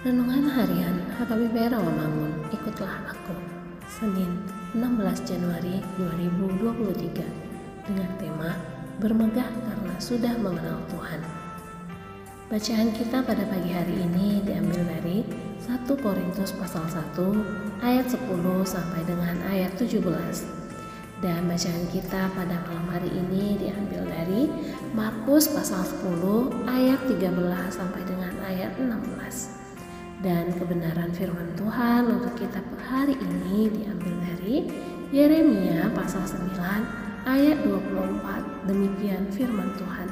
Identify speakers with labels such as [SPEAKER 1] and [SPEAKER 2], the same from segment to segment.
[SPEAKER 1] Renungan Harian HKBP Rawamangun, ikutlah aku. Senin 16 Januari 2023 dengan tema Bermegah karena sudah mengenal Tuhan. Bacaan kita pada pagi hari ini diambil dari 1 Korintus pasal 1 ayat 10 sampai dengan ayat 17. Dan bacaan kita pada malam hari ini diambil dari Markus pasal 10 ayat 13 sampai dengan ayat 16. Dan kebenaran firman Tuhan untuk kita hari ini diambil dari Yeremia pasal 9 ayat 24. Demikian firman Tuhan.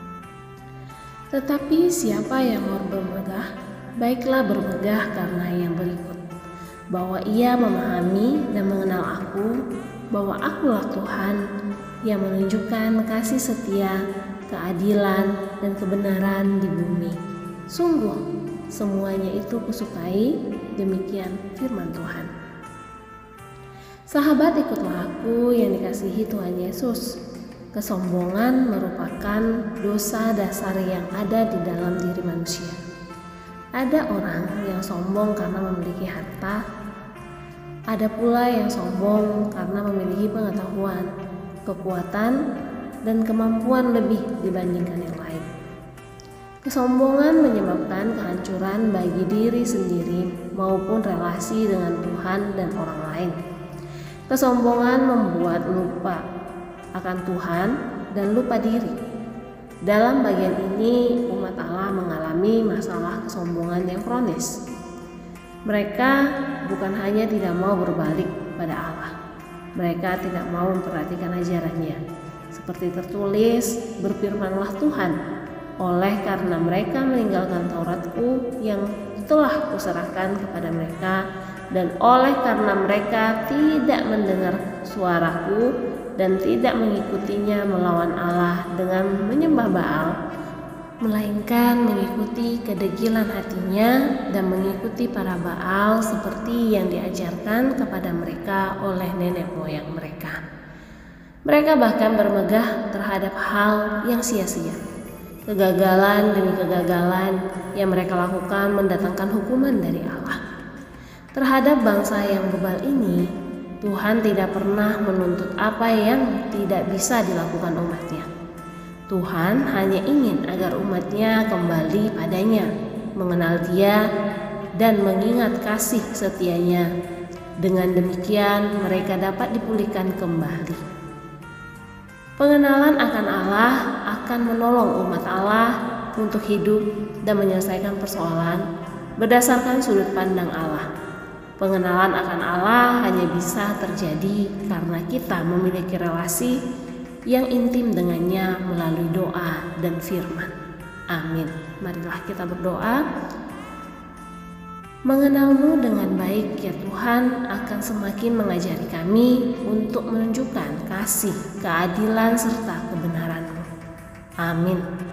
[SPEAKER 1] Tetapi siapa yang mau bermegah, baiklah bermegah karena yang berikut, bahwa ia memahami dan mengenal aku, bahwa akulah Tuhan yang menunjukkan kasih setia, keadilan, dan kebenaran di bumi. Sungguh, semuanya itu kusukai, demikian firman Tuhan. Sahabat, ikutlah aku yang dikasihi Tuhan Yesus. Kesombongan merupakan dosa dasar yang ada di dalam diri manusia. Ada orang yang sombong karena memiliki harta. Ada pula yang sombong karena memiliki pengetahuan, kekuatan, dan kemampuan lebih dibandingkan yang lain. Kesombongan menyebabkan kehancuran bagi diri sendiri maupun relasi dengan Tuhan dan orang lain. Kesombongan membuat lupa akan Tuhan dan lupa diri. Dalam bagian ini, umat Allah mengalami masalah kesombongan yang kronis. Mereka bukan hanya tidak mau berbalik pada Allah, mereka tidak mau memperhatikan ajarannya. Seperti tertulis, berfirmanlah Tuhan, oleh karena mereka meninggalkan Tauratku yang telah kuserahkan kepada mereka, dan oleh karena mereka tidak mendengar suaraku dan tidak mengikutinya melawan Allah dengan menyembah Baal, melainkan mengikuti kedegilan hatinya dan mengikuti para Baal seperti yang diajarkan kepada mereka oleh nenek moyang mereka. Mereka bahkan bermegah terhadap hal yang sia-sia. Kegagalan demi kegagalan yang mereka lakukan mendatangkan hukuman dari Allah. Terhadap bangsa yang bebal ini, Tuhan tidak pernah menuntut apa yang tidak bisa dilakukan umatnya. Tuhan hanya ingin agar umatnya kembali padanya, mengenal Dia, dan mengingat kasih setianya. Dengan demikian mereka dapat dipulihkan kembali. Pengenalan akan Allah akan menolong umat Allah untuk hidup dan menyelesaikan persoalan berdasarkan sudut pandang Allah. Pengenalan akan Allah hanya bisa terjadi karena kita memiliki relasi yang intim dengannya melalui doa dan firman. Amin. Marilah kita berdoa. Mengenalmu dengan baik ya Tuhan akan semakin mengajari kami untuk menunjukkan kasih, keadilan, serta kebenaran-Mu. Amin.